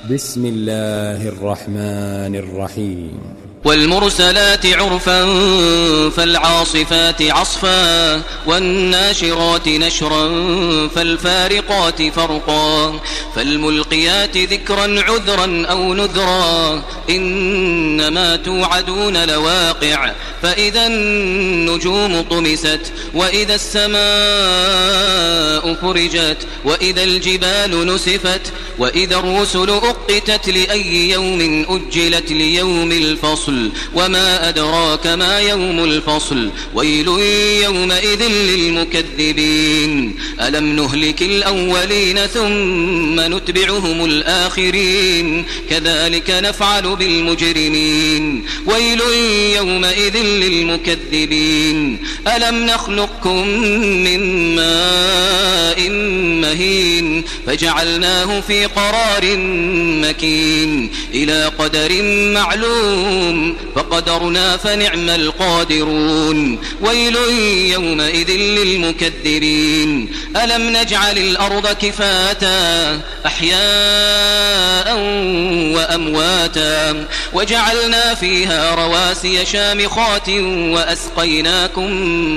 بسم الله الرحمن الرحيم. والمرسلات عرفا فالعاصفات عصفا والناشرات نشرا فالفارقات فرقا فالملقيات ذكرا عذرا أو نذرا إنما توعدون لواقع فإذا النجوم طمست وإذا السماء فرجت وإذا الجبال نسفت وإذا الرسل أقتت لأي يوم أجلت ليوم الفصل وما أدراك ما يوم الفصل ويل يومئذ للمكذبين ألم نهلك الأولين ثم نتبعهم الآخرين كذلك نفعل بالمجرمين ويل يومئذ للمكذبين ألم نخلقكم من ماء مهين فجعلناه في قرار مكين إلى قدر معلوم فقدرنا فنعم القادرون ويل يومئذ للمكذبين ألم نجعل الأرض كفاتا أحياء وأمواتا وجعلنا فيها رواسي شامخات وأسقيناكم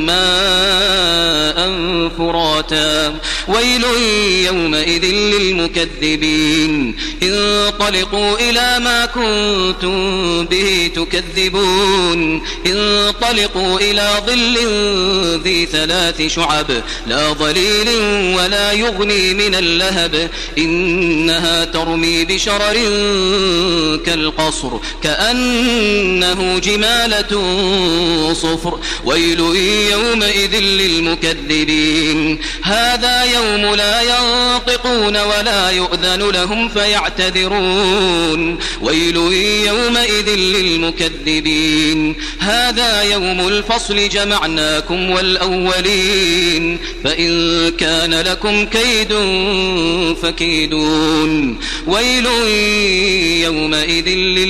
ماء فراتا ويل يومئذ للمكذبين انطلقوا إلى ما كنتم به تكذبون انطلقوا إلى ظل ذي 3 شعب لا ظليل ولا يغني من اللهب إنها ترمي بشرر كالقصر كأنه جمالة صفر ويل يومئذ للمكذبين هذا يوم لا ينطقون ولا يؤذن لهم فيعتذرون ويل يومئذ للمكذبين هذا يوم الفصل جمعناكم والأولين فإن كان لكم كيد فكيدون ويل يومئذ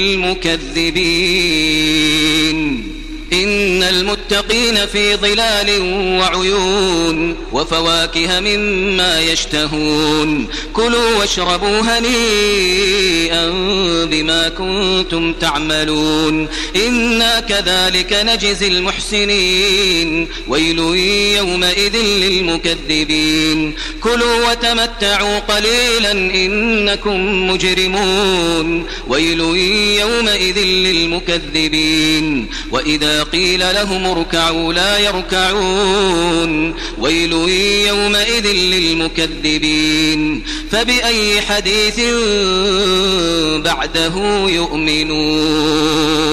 للمكذبين إن المتقين في ظلال وعيون وفواكه مما يشتهون كلوا واشربوا هنيئا بما كنتم تعملون إنا كذلك نجزي المحسنين ويل يومئذ للمكذبين كلوا وتمتعوا قليلا إنكم مجرمون ويل يومئذ للمكذبين وإذا قيل لهم اركعوا لا يركعون ويل يومئذ للمكذبين فبأي حديث بعده يؤمنون.